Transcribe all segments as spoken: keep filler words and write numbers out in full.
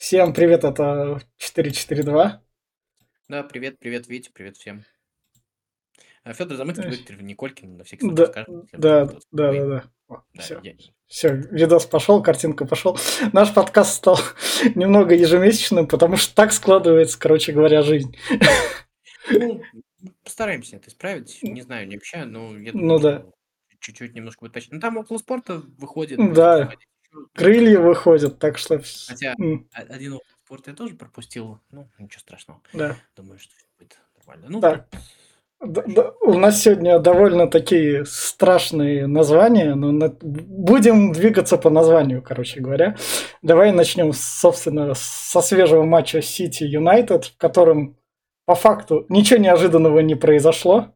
Всем привет, это четыре четыре два. Да, привет, привет, Витя, привет всем. А, Федор Замыцкий, Виктор Николькин, на всякий случай Да, скажем, если вдруг да, кто-то да, впервые. да, да. Да, Все, я... все, видос пошел, картинка пошел. Наш подкаст стал немного ежемесячным, потому что так складывается, короче говоря, жизнь. Ну, постараемся это исправить. Не знаю, не общаю, но я думаю, Ну да, что чуть-чуть немножко будет почти. Ну, там около спорта выходит, будет да, выходить еще. То есть, как крылья бы, выходят, так что... вс- хотя м, о- один около спорта я тоже пропустил. Ну, ничего страшного. Да, Думаю, что все будет нормально. Ну, так. тут Д- дальше. д- У нас сегодня довольно такие страшные названия, но на- будем двигаться по названию, короче говоря. Давай начнем, собственно, со свежего матча Сити Юнайтед, в котором по факту ничего неожиданного не произошло.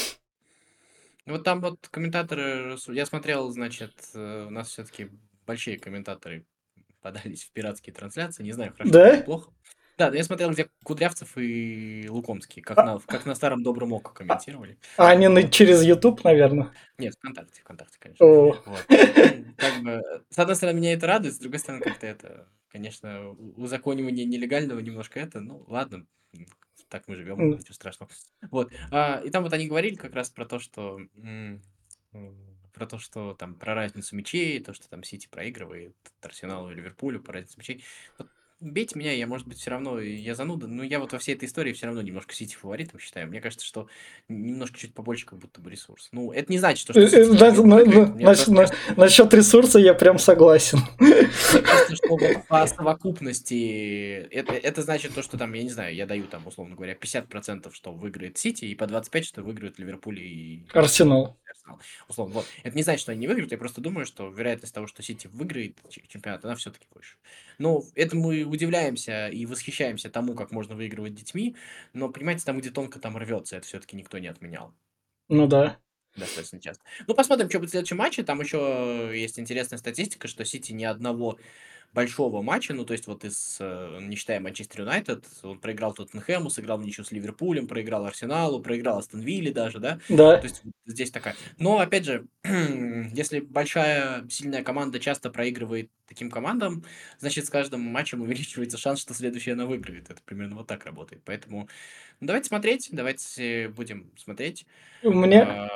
Вот там вот комментаторы, рас- я смотрел, значит, э, у нас все-таки большие комментаторы подались в пиратские трансляции, не знаю, хорошо это или Да? плохо. Да, я смотрел, где Кудрявцев и Лукомский, как А, на, как на старом добром ОКО а- комментировали. а они на- Вот. через YouTube, наверное. Нет, ВКонтакте, ВКонтакте, конечно. О, Вот. Ну, как бы, э, с одной стороны, меня это радует, с другой стороны, как-то это, конечно, у- узаконивание нелегального немножко это, ну, ладно, м, так мы живем, м, ничего страшного. Вот. А, и там вот они говорили как раз про то, что м, м, про то, что там про разницу мячей, то, что там Сити проигрывает Арсеналу и Ливерпулю по разнице мячей. Вот бейте меня, я, может быть, все равно, я зануда, но я вот во всей этой истории все равно немножко Сити фаворитом считаю. Мне кажется, что немножко чуть побольше как будто бы ресурс. Ну, это не значит, то, э, что э, Сити на- чемпион на- выиграет. на- Мне нас- просто на- кажется, Насчет ресурса я прям согласен. мне кажется, что вот по совокупности это, это значит то, что там, я не знаю, я даю там, условно говоря, пятьдесят процентов, что выиграет Сити, и по двадцать пять, что выиграют Ливерпуль и Арсенал. Арсенал. Условно, вот. Это не значит, что они не выиграют, я просто думаю, что вероятность того, что Сити выиграет ч- чемпионат, она все-таки выше. Ну, это мы удивляемся и восхищаемся тому, как можно выигрывать детьми, но, понимаете, там, где тонко там рвется, это все-таки никто не отменял. Ну да. Достаточно часто. Ну, посмотрим, что будет в следующем матче. Там еще есть интересная статистика, что Сити ни одного большого матча, ну, то есть вот из, э, не считая Манчестер Юнайтед, он проиграл Тоттенхэму, сыграл в ничью с Ливерпулем, проиграл Арсеналу, проиграл Астон Вилле даже, да, Да. то есть вот здесь такая. Но, опять же, если большая, сильная команда часто проигрывает таким командам, значит, с каждым матчем увеличивается шанс, что следующая она выиграет. Это примерно вот так работает. Поэтому ну, давайте смотреть, давайте будем смотреть. Мне, А,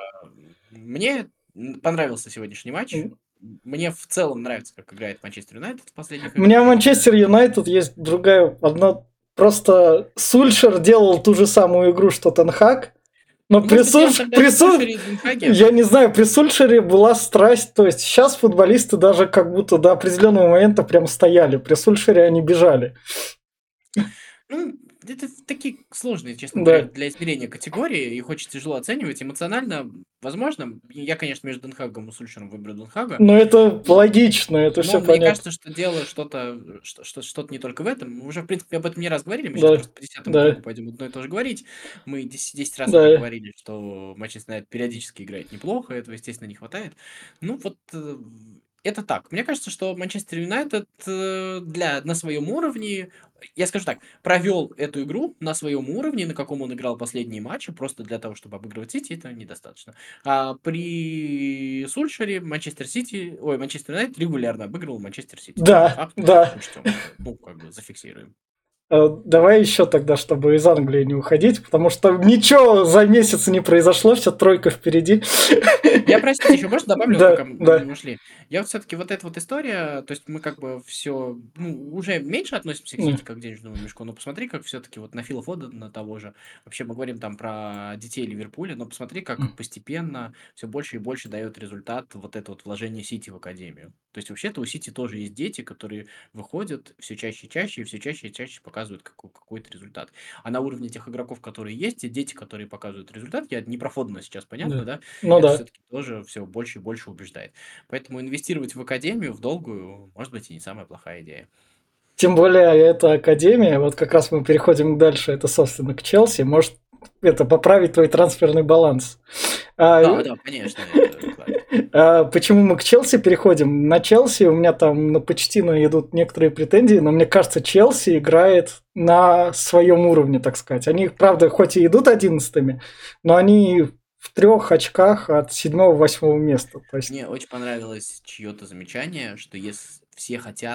Мне понравился сегодняшний матч. Мне в целом нравится, как играет Манчестер Юнайтед в последних У меня играх. Манчестер Юнайтед есть другая одна. Просто Сульшер делал ту же самую игру, что Тенхаг, но Ну, при, может быть, дело Сульш... тогда при не в Суль- Сульшере и Денхаге. я не знаю, при Сульшере была страсть, то есть сейчас футболисты даже как будто до определенного момента прям стояли, при Сульшере они бежали. Ну, это такие сложные, честно говоря, Да. для измерения категории. Их очень тяжело оценивать. Эмоционально, возможно, я, конечно, между Денхагом и Сульшером выберу Денхага. Но это логично, это Но все мне понятно. кажется, что дело что-то, что, что, что-то не только в этом. Мы уже, в принципе, об этом не раз говорили. Мы сейчас Да, просто по десятому да, кругу пойдем одно и то же говорить. Мы десять, десять раз уже да. говорили, что Манчестер Юнайтед периодически играет неплохо. Этого, естественно, не хватает. Ну, вот э, это так. Мне кажется, что Манчестер Юнайтед э, для, на своем уровне, я скажу так, провел эту игру на своем уровне, на каком он играл последние матчи, просто для того, чтобы обыгрывать Сити, это недостаточно. А при Сульшере Манчестер Сити, ой, Манчестер Юнайтед регулярно обыгрывал Манчестер Сити. Это Да, факт. да. Учтем это. Ну, как бы зафиксируем. Э, Давай еще тогда, чтобы из Англии не уходить, потому что ничего за месяц не произошло, все тройка впереди. Я, простите, еще можно добавлю, вот Да, пока мы да. не ушли. Я вот все-таки вот эта вот история, то есть мы как бы все, ну, уже меньше относимся к М, Сити как к денежному мешку, но посмотри, как все-таки вот на Фила Фодена того же, вообще мы говорим там про детей Ливерпуля, но посмотри, как м. постепенно все больше и больше дает результат вот это вот вложение Сити в академию. То есть вообще-то у Сити тоже есть дети, которые выходят все чаще и чаще, и все чаще и чаще показывают какой- какой-то результат. А на уровне тех игроков, которые есть, те дети, которые показывают результат, я не про Фодена сейчас, понятно, Да. да, Ну это да. все-таки тоже все больше и больше убеждает. Поэтому инвестировать в академию, в долгую, может быть, и не самая плохая идея. Тем более эта академия, вот как раз мы переходим дальше, это, собственно, к Челси, может это поправить твой трансферный баланс. А, Да, да, конечно, это классно. а почему мы к Челси переходим? На Челси у меня там на Почтино идут некоторые претензии, но мне кажется, Челси играет на своем уровне, так сказать. Они, правда, хоть и идут одиннадцатыми, но они в трех очках от седьмого-восьмого места. То есть, Мне очень понравилось чье-то замечание, что если все хотят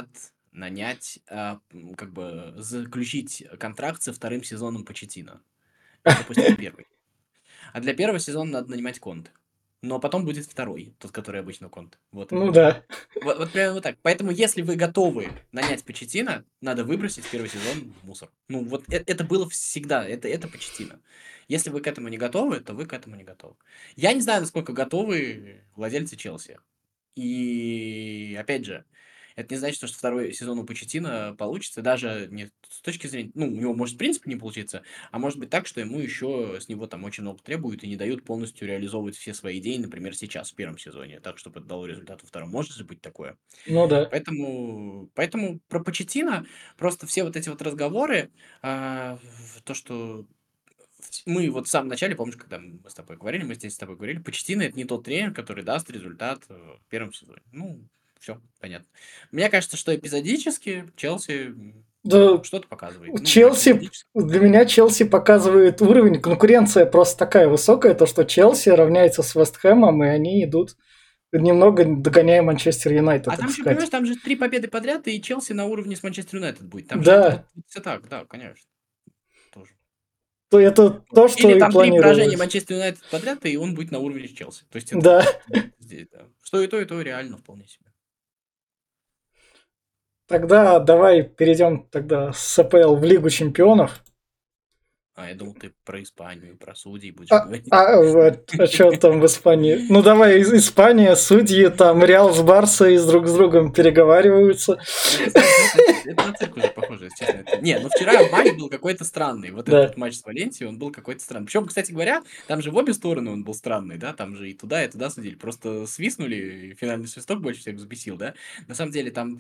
нанять, а, м, как бы заключить контракт со вторым сезоном Почеттино и запустить первый. А для первого сезона надо нанимать Конте. Но потом будет второй, тот, который обычно Конте. Вот и Ну все. да. Вот, вот прямо вот так. Поэтому, если вы готовы нанять Почеттино, надо выбросить первый сезон в мусор. Ну, вот э- это было всегда, это, это Почеттино. Если вы к этому не готовы, то вы к этому не готовы. Я не знаю, насколько готовы владельцы Челси. И опять же, это не значит, что второй сезон у Почеттино получится, даже не с точки зрения, ну, у него может в принципе не получиться, а может быть так, что ему еще с него там очень много требуют и не дают полностью реализовывать все свои идеи, например, сейчас, в первом сезоне, так, чтобы это дало результат во втором. Может же быть такое. Ну да. Поэтому, поэтому про Почеттино просто все вот эти вот разговоры, а, в- то, что вс- мы вот в самом начале, помнишь, когда мы с тобой говорили, мы здесь с тобой говорили, Почеттино это не тот тренер, который даст результат э, в первом сезоне. Ну, все, понятно. Мне кажется, что эпизодически Челси м, Да, что-то показывает. Ну, а Челси, эпизодически. для меня Челси показывает уровень, конкуренция просто такая высокая, то что Челси равняется с Вестхэмом, и они идут немного догоняя Манчестер Юнайтед, А так там же, понимаешь, сказать. там же три победы подряд, и Челси на уровне с Манчестер Юнайтед будет. Там же это вот Да, все так, да, конечно, тоже. то это Вот. то, что Или и там три поражения планировалось. Манчестер Юнайтед подряд, и он будет на уровне с Челси. То есть это Да. вот здесь, да. Что и то, и то реально вполне себе. Тогда давай перейдем тогда с АПЛ в Лигу чемпионов. А я думал, ты про Испанию, про судей будешь А, говорить. а, вот, а что там в Испании? Ну давай, из Испания, судьи, там Реал с Барсой с друг с другом переговариваются. Э, знаешь, знаешь, это это на цирк уже похоже, если честно. Это не, ну вчера матч был какой-то странный. Вот этот Да. вот матч с Валенсией, он был какой-то странный. Причем, кстати говоря, там же в обе стороны он был странный, да, там же и туда, и туда судили. Просто свистнули, и финальный свисток больше всех взбесил, да. На самом деле там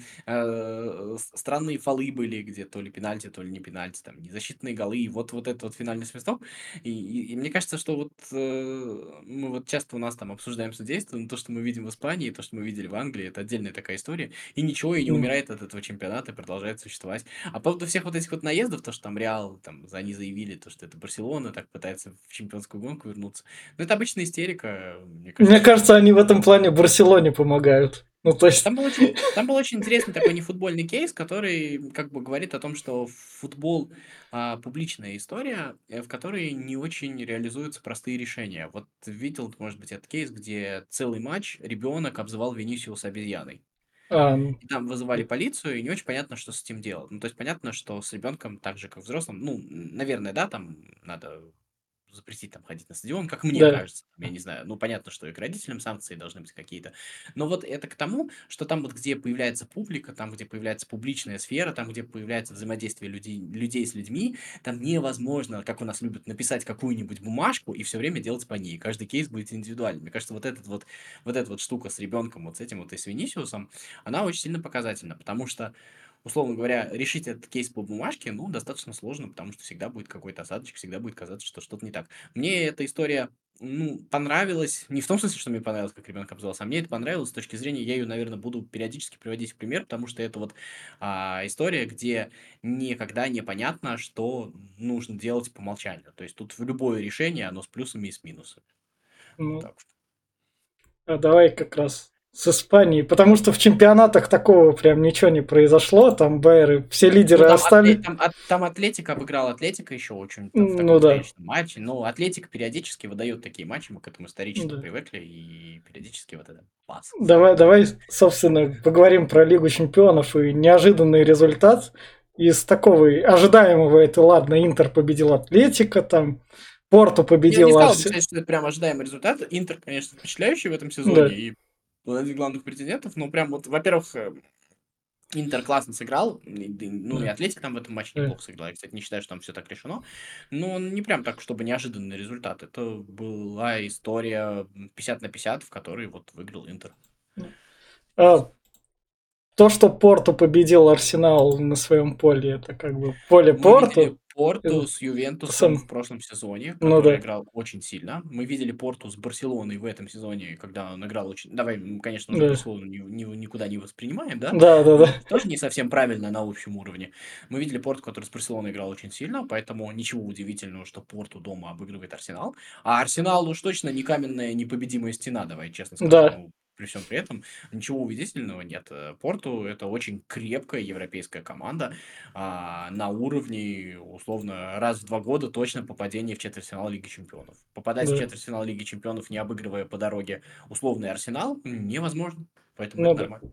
э, с- странные фолы были, где то ли пенальти, то ли не пенальти, там незащитные голы, и вот, вот этот вот финальный свисток. И, и- и мне кажется, что вот э, мы вот часто у нас там обсуждаем судейство, но то, что мы видим в Испании, то, что мы видели в Англии, это отдельная такая история и ничего, и не М. умирает от этого чемпионата, и продолжает существовать. А по поводу всех вот этих вот наездов, то, что там Реал, там, за- они заявили, то, что это Барселона, так пытается в чемпионскую гонку вернуться. Ну, это обычная истерика, мне Мне кажется, что... кажется, они в этом плане Барселоне помогают. Ну, то есть, Там был очень, там был очень интересный такой нефутбольный кейс, который как бы говорит о том, что футбол а, публичная история, э, в которой не очень реализуются простые решения. Вот видел, может быть, этот кейс, где целый матч ребенок обзывал Венисиуса обезьяной. а, И там вызывали полицию, и не очень понятно, что с этим делать. Ну, то есть понятно, что с ребенком так же, как взрослым, ну, н- наверное, да, там надо запретить там ходить на стадион, как мне да. кажется, я не знаю. Ну, понятно, что и к родителям санкции должны быть какие-то. Но вот это к тому, что там вот где появляется публика, там где появляется публичная сфера, там где появляется взаимодействие людей, людей с людьми, там невозможно, как у нас любят, написать какую-нибудь бумажку и все время делать по ней. Каждый кейс будет индивидуальным. Мне кажется, вот этот вот, вот эта вот штука с ребенком, вот с этим вот и с Венисиусом, она очень сильно показательна, потому что, условно говоря, решить этот кейс по бумажке, ну, достаточно сложно, потому что всегда будет какой-то осадочек, всегда будет казаться, что что-то не так. Мне эта история, ну, понравилась, не в том смысле, что мне понравилось, как ребенок обзывался, а мне это понравилось с точки зрения, я ее, наверное, буду периодически приводить в пример, потому что это вот а, история, где никогда непонятно, что нужно делать по умолчанию. То есть тут в любое решение, оно с плюсами и с минусами. Вот Ну, так вот. а давай как раз с Испанией, потому что в чемпионатах такого прям ничего не произошло, там Байеры, все Ну, лидеры там, атле- остались. там, от- там Атлетика обыграл Атлетика еще очень та- в Ну таком да, зрелищном матче. Но Атлетика периодически выдает такие матчи, мы к этому исторически да. привыкли, и периодически вот это пас. Давай, давай, собственно, поговорим про Лигу чемпионов и неожиданный результат. Из такого ожидаемого это, ладно, Интер победил Атлетика, там Порту Я не победил сказал бы, Арси. кстати, что это прям ожидаемый результат. Интер, конечно, впечатляющий в этом сезоне, Да, и он один из главных претендентов, но прям вот, во-первых, э, Интер классно сыграл, и д ну, и да, Атлетик там в этом матче да. неплохо сыграл. Я, кстати, не считаю, что там все так решено, но он не прям так, чтобы неожиданный результат. Это была история, м, пятьдесят на пятьдесят, в которой вот выиграл Интер. А то, что Порту победил Арсенал на своем поле, это как бы поле Мы видели Порту. Порту Это с Ювентусом в сам, прошлом сезоне, ну который да, играл очень сильно. Мы видели Порту с Барселоной в этом сезоне, когда он играл очень... Давай, м, конечно, уже да, Барселону ни- ни- никуда не воспринимаем, да? да, да, Но да, это тоже не совсем правильно на общем уровне. Мы видели Порту, который с Барселоной играл очень сильно, поэтому ничего удивительного, что Порту дома обыгрывает Арсенал. А Арсенал уж точно не каменная непобедимая стена, давай честно скажем. да. Ну, при всем при этом ничего удивительного нет. Э, Порту — это очень крепкая европейская команда, а, на уровне, условно, раз в два года точно попадение в четвертьфинал Лиги Чемпионов. Попадать в Да. четвертьфинал Лиги Чемпионов, не обыгрывая по дороге условный Арсенал, м, невозможно. Поэтому Ну это да. нормально.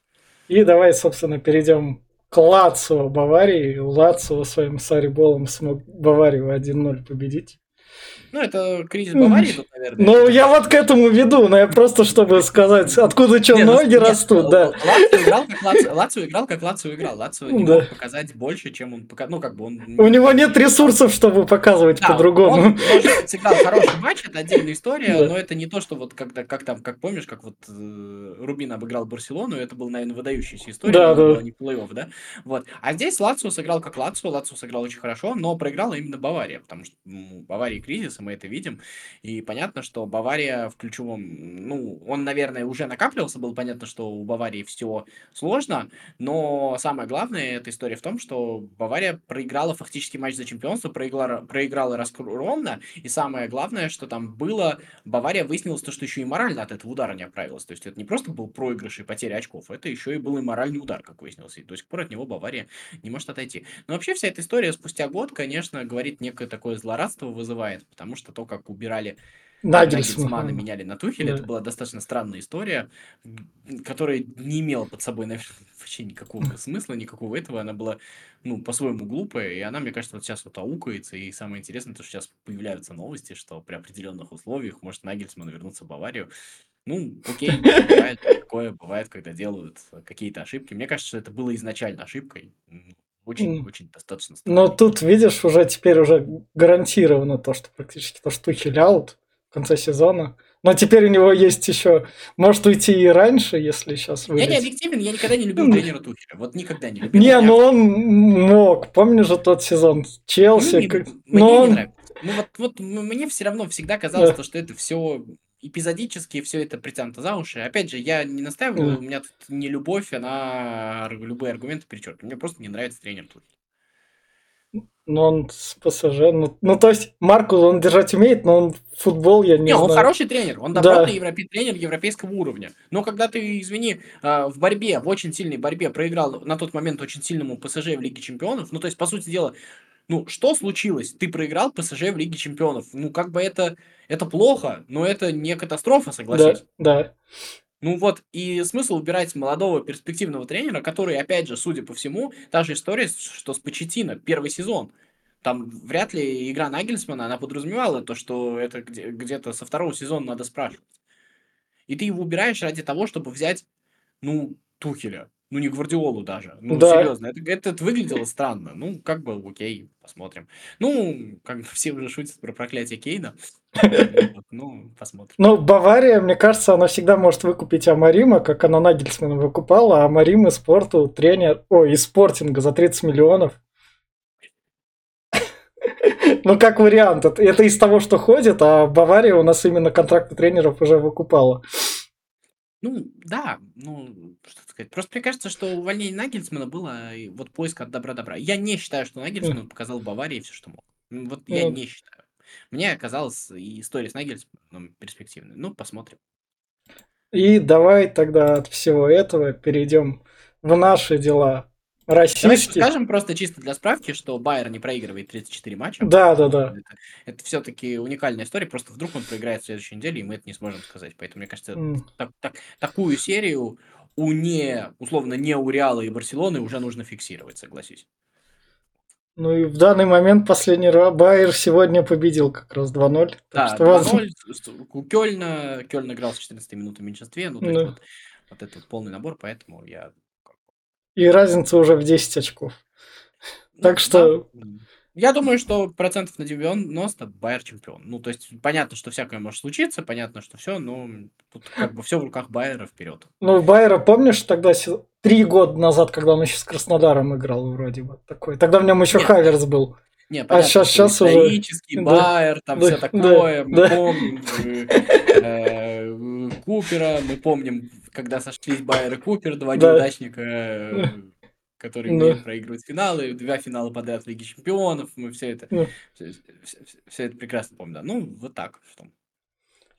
И давай, собственно, перейдем к Лацио Баварии. Лацио своим сариболом смог Баварию один ноль победить. Ну, это кризис Баварии тут, наверное, Ну, я категорически. вот к этому веду, но я просто, чтобы сказать, откуда что Не, ну с ноги нет, растут, Л да. Л Лацио играл как Лацио Лацио играл как Лацио играл. Лацио не Да. мог показать больше, чем он пока ну, как бы он У не него там не нет играл. ресурсов, чтобы показывать Да, по-другому. он, может быть, сыграл хороший матч, это отдельная история, Да. но это не то, что вот когда, как там, как помнишь, как вот э, Рубин обыграл Барселону, это был, наверное, выдающаяся история, но Да, она да. была не в плей-офф, да? Вот. А здесь Лацио сыграл как Лацио, Лацио сыграл очень хорошо, но проиграла именно Бавария, потому что м, у Баварии кризис, и мы это видим, и понятно, что Бавария в ключевом, ну, он, наверное, уже накапливался, было понятно, что у Баварии все сложно, но самое главное, эта история в том, что Бавария проиграла фактически матч за чемпионство, проиграла, проиграла раскромно, и самое главное, что там было, Бавария выяснилось то, что еще и морально от этого удара не оправилась. То есть это не просто был проигрыш и потеря очков, это еще и был и моральный удар, как выяснилось. И до сих пор от него Бавария не может отойти. Но вообще вся эта история спустя год, конечно, говорит, некое такое злорадство вызывает, потому что то, как убирали а, Нагельсмана, Нагельсман. меняли на Тухеля, это Да. была достаточно странная история, м, которая не имела под собой, наверное, вообще никакого смысла, никакого этого. Она была, ну, по-своему глупая, и она, мне кажется, вот сейчас вот аукается. И самое интересное, то, что сейчас появляются новости, что при определенных условиях может Нагельсман вернуться в Баварию. Ну, окей, бывает такое, бывает, когда делают какие-то ошибки. Мне кажется, что это было изначально ошибкой. М, М. Очень-очень достаточно Но странной. тут, видишь, уже теперь уже гарантировано то, что практически то, что Тухель аут в конце сезона. Но теперь у него есть еще, может уйти и раньше, если сейчас Я не вылетит. объективен, я никогда не любил тренера Тухеля. Вот никогда не любил. У Не, меня ну он мог. Помнишь же тот сезон с Челси? Мне как- не Но мне не он... нравится. Ну вот вот м мне все равно всегда казалось, Да, то, что это все эпизодически, все это притянуто за уши. Опять же, я не настаиваю, да. у меня тут не любовь, она ар любые аргументы перечеркивает. Мне просто не нравится тренер Тухель. Но он с ПСЖ. Ну, ну, то есть Марку он держать умеет, но он футбол, я Не, не он знаю. хороший тренер, он добротный Да, европе тренер европейского уровня. Но когда ты, извини, а, в борьбе, в очень сильной борьбе проиграл на тот момент очень сильному ПСЖ в Лиге чемпионов, ну, то есть, по сути дела, ну, что случилось? Ты проиграл ПСЖ в Лиге чемпионов. Ну, как бы это это плохо, но это не катастрофа, да, согласись. да, Ну вот, и смысл убирать молодого перспективного тренера, который, опять же, судя по всему, та же история, с- что с Почеттино, первый сезон. Там вряд ли игра Нагельсмана, она подразумевала то, что это где- где-то со второго сезона надо спрашивать. И ты его убираешь ради того, чтобы взять, ну, Тухеля. Ну, не Гвардиолу даже. Ну, да. серьезно, это, это выглядело странно. Ну, как бы, окей, посмотрим. Ну, как бы все уже шутят про проклятие Кейна. Вот, ну, посмотрим. Ну, Бавария, мне кажется, она всегда может выкупить Амарима, как она Нагельсмана выкупала, а Амарим из спорту тренер, ой, из спортинга за тридцать миллионов. Ну, как вариант. Это, это из того, что ходит, а Бавария у нас именно контракты тренеров уже выкупала. Ну, да, ну, что сказать. Просто мне кажется, что увольнение Нагельсмана было и вот поиск от добра-добра. Я не считаю, что М, Нагельсман показал Баварии все, что мог. М, Вот я ну, не считаю. Мне казалось, и история с Нагельсманом перспективной. Ну, посмотрим. и давай тогда от всего этого перейдем в наши дела Давай российские. скажем просто чисто для справки, что Байер не проигрывает тридцать четыре матча. Да, да, Вот. да. Это, это все-таки уникальная история. Просто вдруг он проиграет в следующей неделе, и мы это не сможем сказать. Поэтому, мне кажется, М. так- так- такую серию у не, условно, не у Реала и Барселоны уже нужно фиксировать, согласись. Ну и в данный момент последний раз Байер сегодня победил как раз два ноль. Так Да, что возможно. два ноль с- с- у Кёльна. Кёльн играл с четырнадцатой минуты в меньшинстве. Ну, то есть Да. вот, вот это вот полный набор, поэтому я... И разница уже в десять очков. Ну, Так да. что, м, Я думаю, что процентов на девяносто Байер чемпион. Ну, то есть понятно, что всякое может случиться, понятно, что все, но тут как бы все в руках Байера вперед. ну, Байера, помнишь, тогда се- три года назад, когда он еще с Краснодаром играл, вроде бы такой. Тогда в нем еще Не, поня- Хаверс был. не, А понятно, сейчас, что сейчас уже. исторический Да, Байер, там да, все да, такое, мы да, помним э, э, Купера, мы помним, когда сошлись Байер и Купер, два да, неудачника, э, которые да, умеют проигрывать финалы, два финала подряд в Лиге Чемпионов, мы все это, да. все, это прекрасно помним, да. Ну, вот так. Что.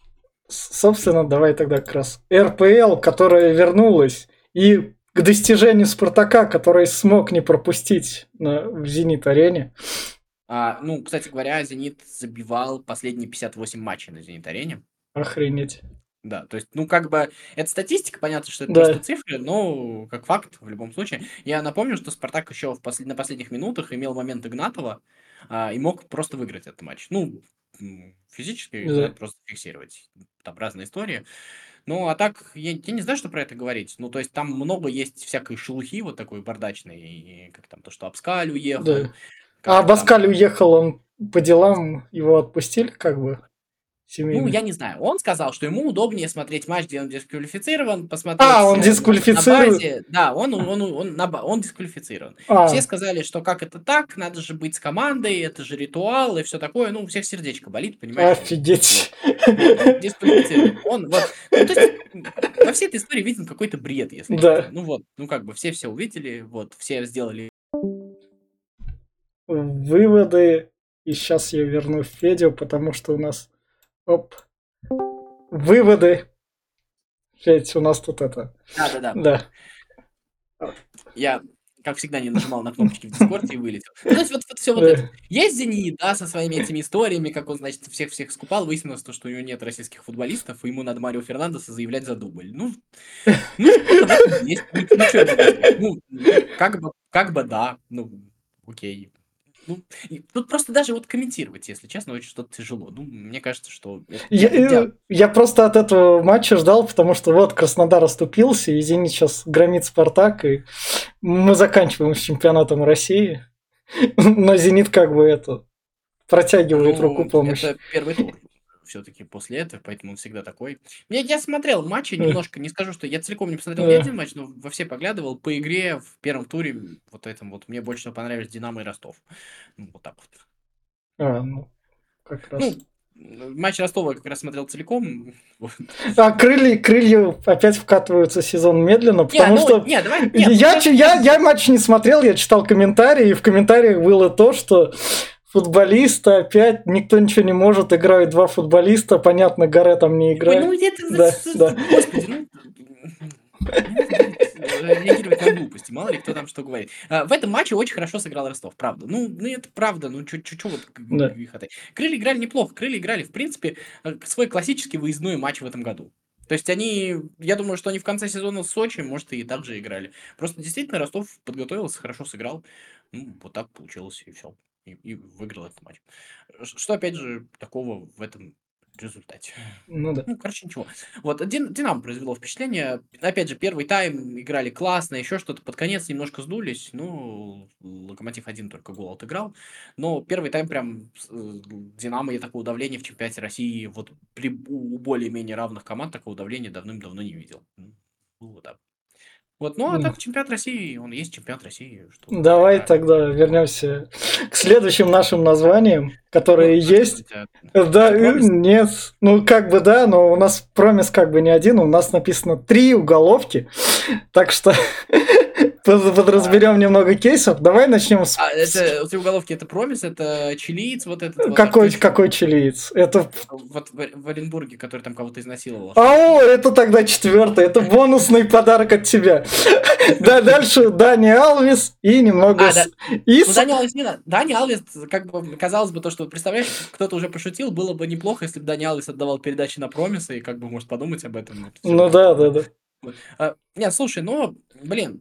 Собственно, давай тогда как раз эр пэ эл, которая вернулась, и к достижению Спартака, который смог не пропустить на, в Зенит-арене. А, ну, кстати говоря, Зенит забивал последние пятьдесят восемь матчей на Зенит-арене. Охренеть. Да, то есть, ну, как бы, это статистика, понятно, что это Да. просто цифры, но как факт в любом случае. Я напомню, что Спартак еще в послед... на последних минутах имел момент Игнатова а, и мог просто выиграть этот матч. Ну, физически Да. надо просто фиксировать. Там разные истории. Ну, а так, я, я не знаю, что про это говорить. Ну, то есть, там много есть всякой шелухи вот такой бардачной, и как там то, что Абскаль уехал, Да. как А там... Абаскаль уехал, он по делам, его отпустили, как бы, Ну, я семейно. не знаю. Он сказал, что ему удобнее смотреть матч, где он дисквалифицирован, посмотреть А, он э, на, на дисквалифицирует. базе. Да, он, он, он, на ба- он дисквалифицирован. Все А, сказали, что как это так, надо же быть с командой, это же ритуал и все такое. Ну, у всех сердечко болит, понимаешь? офигеть. Вот. Ну, дисквалифицирован. Он вот, ну, то есть, м, во всей этой истории виден какой-то бред, если честно. Да. Ну вот, ну как бы все все увидели, вот, все сделали. Выводы. И сейчас я верну Федю, потому что у нас... Оп. Выводы. Федь, у нас тут это... Да-да-да. Да. Я, как всегда, не нажимал на кнопочки в Дискорде и вылетел. Ну, то есть вот, вот все вот это. Да. Есть Зенит, да, со своими этими историями, как он, значит, всех-всех скупал. Выяснилось, то, что у него нет российских футболистов, и ему надо Марио Фернандеса заявлять за дубль. Ну, ну что-то в этом есть. Ну, ну что я могу сказать? Ну, ну, как бы, как бы да, ну, окей. Ну, и тут просто даже вот комментировать, если честно, очень что-то тяжело. Ну, мне кажется, что это Я, ди- э, диагноз. я просто от этого матча ждал, потому что вот Краснодар оступился, и Зенит сейчас громит Спартак, и мы заканчиваем с чемпионатом России. Но Зенит как бы это протягивает руку Ну, помощи. это первый тур все-таки после этого, поэтому он всегда такой. Я, я смотрел матчи Э, немножко, не скажу, что я целиком не посмотрел ни э, один матч, но во все поглядывал. По игре в первом туре вот этом вот мне больше всего понравились Динамо и Ростов. Ну, вот так вот. А, ну, как раз. Ну, матч Ростова я как раз смотрел целиком. Вот. А крылья, крылья опять вкатываются сезон медленно, Не, потому ну, что не, давай, нет, ну, я, просто ч- я, я матч не смотрел, я читал комментарии, и в комментариях было то, что футболисты опять, никто ничего не может, играют два футболиста, понятно, Гаре там не Ой, играет. ну это, Да, да. господи, ну, не надо говорить, э, реагировать на глупости, мало ли кто там что говорит. А, В этом матче очень хорошо сыграл Ростов, правда. Ну, ну это правда, ну чё чё- чё вот г- г- Да. грехоты. Крылья играли неплохо, Крылья играли, в принципе, э, свой классический выездной матч в этом году. То есть они, я думаю, что они в конце сезона с Сочи, может, и так же играли. Просто действительно Ростов подготовился, хорошо сыграл. Ну, вот так получилось, и все. И, и выиграл этот матч. Ш- Что, опять же, такого в этом результате? Ну да. Ну, короче, ничего. Вот, Дин- Динамо произвело впечатление. Опять же, первый тайм играли классно, еще что-то. Под конец немножко сдулись. Ну, Локомотив один только гол отыграл. Но первый тайм прям с- э, Динамо, я такого давления в чемпионате России вот при у более-менее равных команд такого давления давным-давно не видел. Ну, было так. Вот, ну а Ну, так чемпионат России, он есть чемпионат России, что давай это тогда вернемся к следующим нашим названиям, ну, которые а что у есть. тебя? Да, Это э, промис? нет, ну как бы да, но у нас промис как бы не один, у нас написано три уголовки, так что под- подразберем немного кейсов. Давай начнем с... А с- это три уголовки, это промис, это чилиец, вот этот вот, а кто Какой, еще? какой чилиец? Это... Вот в, в Оренбурге, который там кого-то изнасиловал. А, что-то. о, это тогда четвертый, это бонусный подарок от тебя. Да, дальше Дани Алвис и немного... А, да. с- И Ну, с- Дани Алвес не надо. Дани Алвес, как бы, казалось бы, то, что, представляешь, кто-то уже пошутил, было бы неплохо, если бы Дани Алвес отдавал передачи на промисы, и как бы, может, подумать об этом. Вот, всё Ну как-то, да, да, да. Вот. А, Нет, слушай, ну, блин,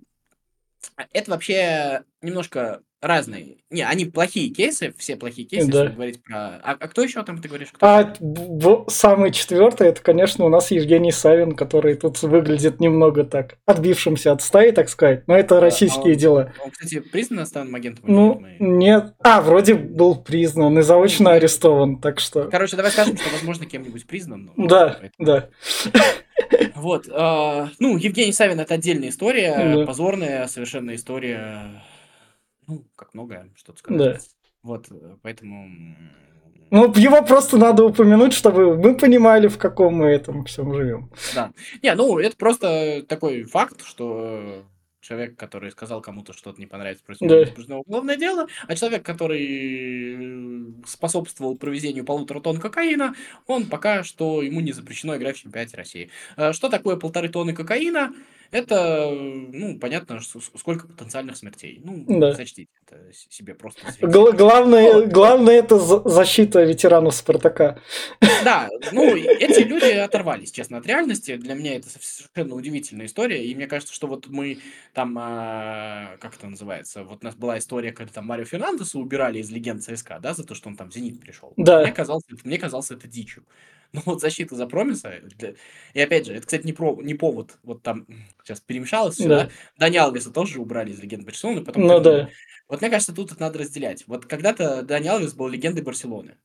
это вообще немножко разные. Не, они плохие кейсы, все плохие кейсы, если Да. говорить про... А, а кто еще там, ты говоришь, кто А еще? в- самый четвертый, это, конечно, у нас Евгений Савин, который тут выглядит немного так отбившимся от стаи, так сказать. Но это А, а российские он, дела. он, кстати, признан иностранным агентом или нет? Ну, Мы... нет. А, вроде был признан и Ну, заочно ну, арестован, так что... короче, давай скажем, что, возможно, кем-нибудь признан. Ну, Да, поэтому... да. Вот, а, ну, Евгений Савин это отдельная история, Да, позорная совершенно история, ну, как многое, что-то сказать. да. Вот, э, поэтому... м, Ну, его просто надо упомянуть, чтобы мы понимали, в каком мы этом всем живем. Да. Не, ну, это просто такой факт, что человек, который сказал кому-то что-то не понравится, против него Да. возбуждено уголовное дело, а человек, который способствовал провезению полутора тонн кокаина, он пока что ему не запрещено играть в чемпионате России. Э, Что такое полторы тонны кокаина? Это, ну, понятно, что с- сколько потенциальных смертей. Ну, Да. зачтите это с- себе просто Гла- зафиксировать. Главное, Вот. главное это за- защита ветеранов Спартака. Да, ну, и эти люди оторвались, честно, от реальности. Для меня это совершенно удивительная история. И мне кажется, что вот мы там, а, как это называется, вот у нас была история, когда там Марио Фернандеса убирали из легенд ЦСКА, да, за то, что он там в «Зенит» пришел. Вот мне Да, казалось, это- мне казалось это дичью. Но вот защита за Промиса, для- и опять же, это, кстати, не, про... не повод, вот там сейчас перемешалось все, да, да. Дани Алвеса тоже убрали из легенды Барселоны, потом Ну вернули. да, Вот мне кажется, тут это надо разделять. Вот когда-то Дани Алвес был легендой Барселоны.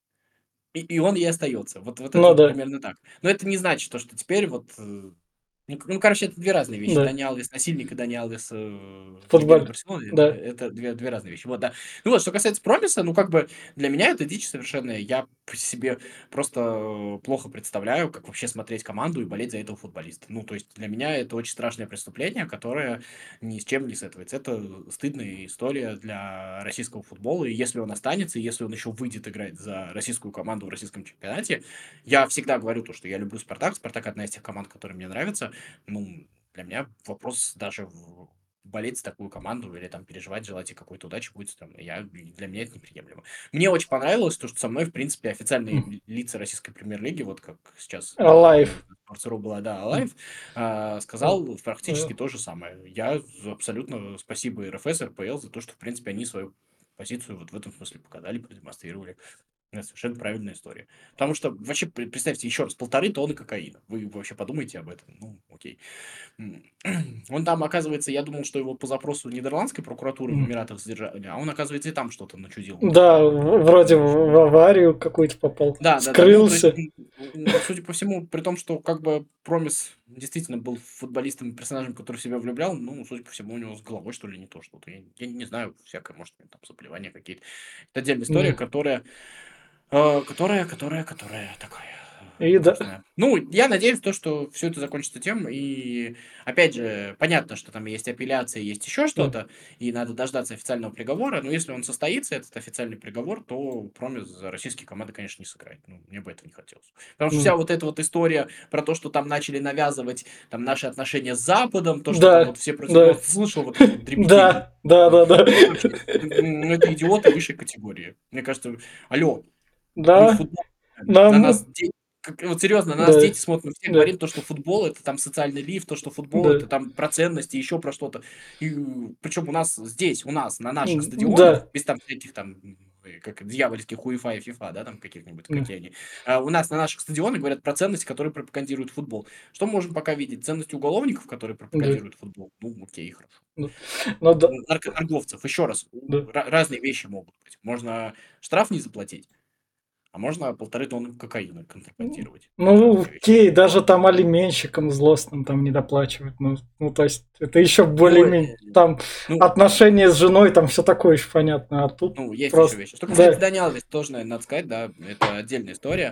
И и он и остается. Вот вот это ну вот да, примерно так. Но это не значит то, что теперь вот, э, ну, к ну, короче, это две разные вещи. да. Дани Алвес насильник и Дани Алвес, э, легенда Футболь. Барселоны — это Да. это две две разные вещи. Вот, да. Ну вот, что касается Промиса, ну, как бы для меня это дичь совершенная. Я по себе просто, э, плохо представляю, как вообще смотреть команду и болеть за этого футболиста. Ну, то есть для меня это очень страшное преступление, которое ни с чем не сетуется. Это стыдная история для российского футбола. И если он останется, и если он еще выйдет играть за российскую команду в российском чемпионате, я всегда говорю то, что я люблю «Спартак». «Спартак» — одна из тех команд, которые мне нравятся. Ну, для меня вопрос даже в болеть за такую команду или там переживать, желать ей какой-то удачи будет стрёмно. Я Для меня это неприемлемо. Мне очень понравилось то, что со мной, в принципе, официальные М. ли лица российской премьер-лиги, вот как сейчас, э, Alive. новость на Sports.ru была, да, М. Alive, а, М. сказал Э, практически то же самое. Я з абсолютно спасибо РФС, РПЛ за то, что, в принципе, они свою позицию вот в этом смысле показали, продемонстрировали. Это совершенно правильная история. Потому что вообще пре представьте еще раз, полторы тонны кокаина. Вы вообще подумайте об этом. Ну, окей. М. Он там, оказывается, я думал, что его по запросу нидерландской прокуратуры в м. Эмиратах задержали, а он, оказывается, и там что-то начудил Да, неправильное. в- вроде в в аварию какую-то попал. Да, да-да. Ну, то есть, Скрылся. м, м, судя по всему, при том, что как бы Промис действительно был футболистом, персонажем, который в себя влюблял, ну, судя по всему, у него с головой, что ли, не то что-то. Я я не знаю, всякое, может, у него там заболевания какие-то. Это отдельная история, Да. которая Э, которая которая которая такая, И э, да. грустная. Ну, я надеюсь, то, что все это закончится тем. И опять же, понятно, что там есть апелляция, есть еще М. что-то, и надо дождаться официального приговора. Но если он состоится, этот официальный приговор, то Промис за российские команды, конечно, не сыграет. Ну, мне бы этого не хотелось. Потому что М. вся вот эта вот история про то, что там начали навязывать там наши отношения с Западом, то, что там Да, вот все против... Ну, да, вот слышал вот это вот дребедение. да, да, да, да. Ну, вообще, м, это идиоты высшей категории. Мне кажется, алло, мы Да, футбол играем. На нас нам, де как вот серьезно, на нас да, дети смотрят, мы все да, говорим то, что футбол — это там социальный лифт, то, что футбол — да, это там про ценности, еще про что-то. И причем у нас здесь, у нас, на наших м, стадионах, да, без там всяких там, э, как дьявольских УЕФА и ФИФА, да, там каких-нибудь, да. какие они. А у нас на наших стадионах говорят про ценности, которые пропагандируют футбол. Что мы можем пока видеть? Ценности уголовников, которые Да, пропагандируют футбол? Ну, окей, хорошо. да. Ну да, М, наркоторговцев, еще раз, да. у ра разные вещи могут быть. Можно штраф не заплатить, а можно полторы тонны кокаина М, контрабандировать. Это Ну, разные вещи. окей, даже там алименщикам злостным там не доплачивают. Ну, ну, то есть, это еще Ну, э, более-менее там ну отношения с женой, там все такое еще понятно. А тут ну, есть еще просто, вещи. Что касается да, Дани Алвеса, тоже, наверно, надо сказать, да, это отдельная история.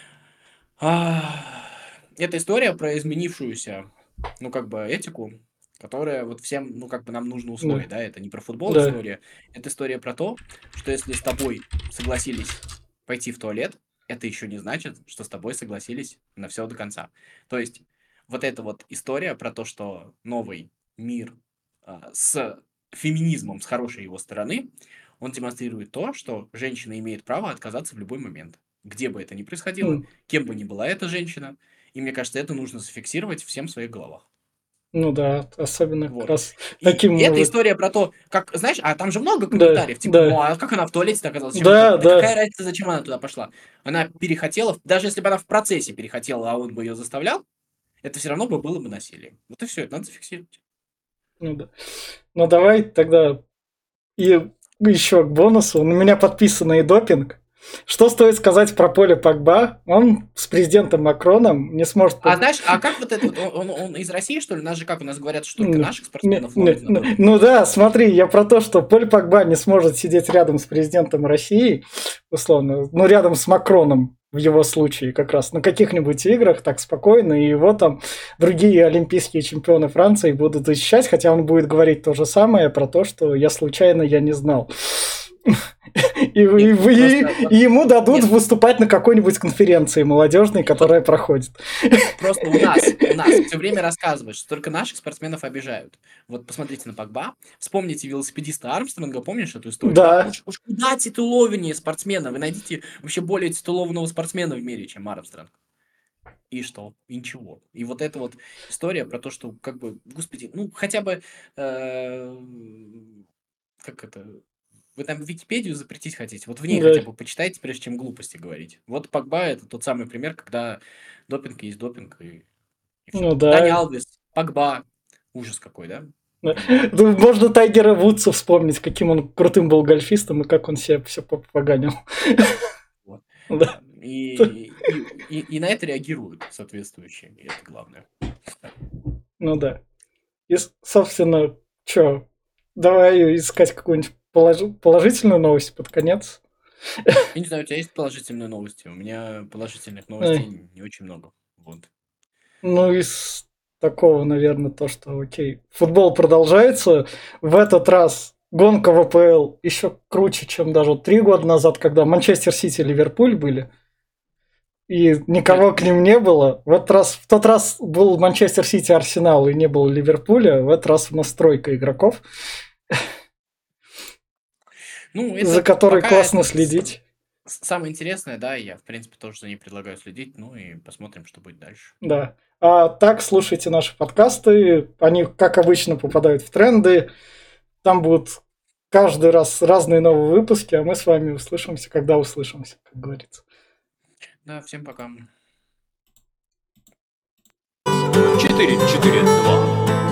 А, это история про изменившуюся, ну, как бы этику, которая вот всем, ну, как бы нам нужно да, усвоить, да. Это не про футбол да. история, это история про то, что если с тобой согласились пойти в туалет, это еще не значит, что с тобой согласились на все до конца. То есть вот эта вот история про то, что новый мир, а, с феминизмом, с хорошей его стороны, он демонстрирует то, что женщина имеет право отказаться в любой момент. Где бы это ни происходило, М, кем бы ни была эта женщина. И мне кажется, это нужно зафиксировать всем в своих головах. Ну да, особенно как Вот. раз И таким эта вот. история про то, как, знаешь, а там же много Да, комментариев, типа, ну да, а как она в туалете оказалась, зачем она туда? да, Да какая да, разница, зачем она туда пошла? Она перехотела, даже если бы она в процессе перехотела, а он бы ее заставлял, это все равно бы было бы насилием. Вот и все, это надо зафиксировать. ну да. Ну давай тогда и еще к бонусу. На меня подписанный допинг. Что стоит сказать про Поля Погба? Он с президентом Макроном не сможет... А под- знаешь, а как вот это вот, он, он, он из России, что ли? У нас же как, у нас говорят, что только Не- наших не- спортсменов не- ловят на не- допинге. Ну да, смотри, я про то, что Поль Погба не сможет сидеть рядом с президентом России, условно, ну рядом с Макроном, в его случае как раз на каких-нибудь играх так спокойно, и его там другие олимпийские чемпионы Франции будут защищать, хотя он будет говорить то же самое про то, что я случайно, я не знал. И, Нет, и- ну просто и- вот и ему дадут нет, выступать на какой-нибудь конференции молодежной, вот которая проходит. просто у нас, у нас все время рассказывают, что только наших спортсменов обижают. Вот посмотрите на Погба, вспомните велосипедиста Армстронга, помнишь эту историю? Да, Уж, уж куда титулованнее спортсмена, вы найдите вообще более титулованного спортсмена в мире, чем Армстронг. И что? И ничего. И вот эта вот история про то, что, как бы, господи, ну, хотя бы, э, как это, вы там Википедию запретить хотите, вот в ней да. хотя бы почитайте, прежде чем глупости говорить. Вот Погба это тот самый пример, когда допинг есть допинг, и, и все. Ну Дани да. Алвес, Погба, ужас какой, да? Да. Блин. Ну, можно Тайгера Вудса вспомнить, каким он крутым был гольфистом и как он себе все поганил. Вот. Да. И, и, и, и на это реагируют соответствующие, и это главное. Ну да. И, с- собственно, что, давай искать какую-нибудь положи- положительную новость под конец. Я не знаю, у тебя есть положительные новости? У меня положительных Эй, новостей не очень много. Вот. Ну, из такого, наверное, то, что, окей, футбол продолжается. В этот раз гонка в АПЛ еще круче, чем даже вот три года назад, когда Манчестер Сити и Ливерпуль были. И Нет, никого к ним не было. В этот раз, в тот раз был Манчестер Сити Арсенал и не было Ливерпуля. В этот раз у нас тройка игроков, ну, за это которой пока классно это с- следить. с- самое интересное, да, я, в принципе, тоже за ней предлагаю следить, ну и посмотрим, что будет дальше. Да. А так слушайте наши подкасты. Они, как обычно, попадают в тренды. Там будут каждый раз разные новые выпуски, а мы с вами услышимся, когда услышимся, как говорится. Да, всем пока. четыре четыре два.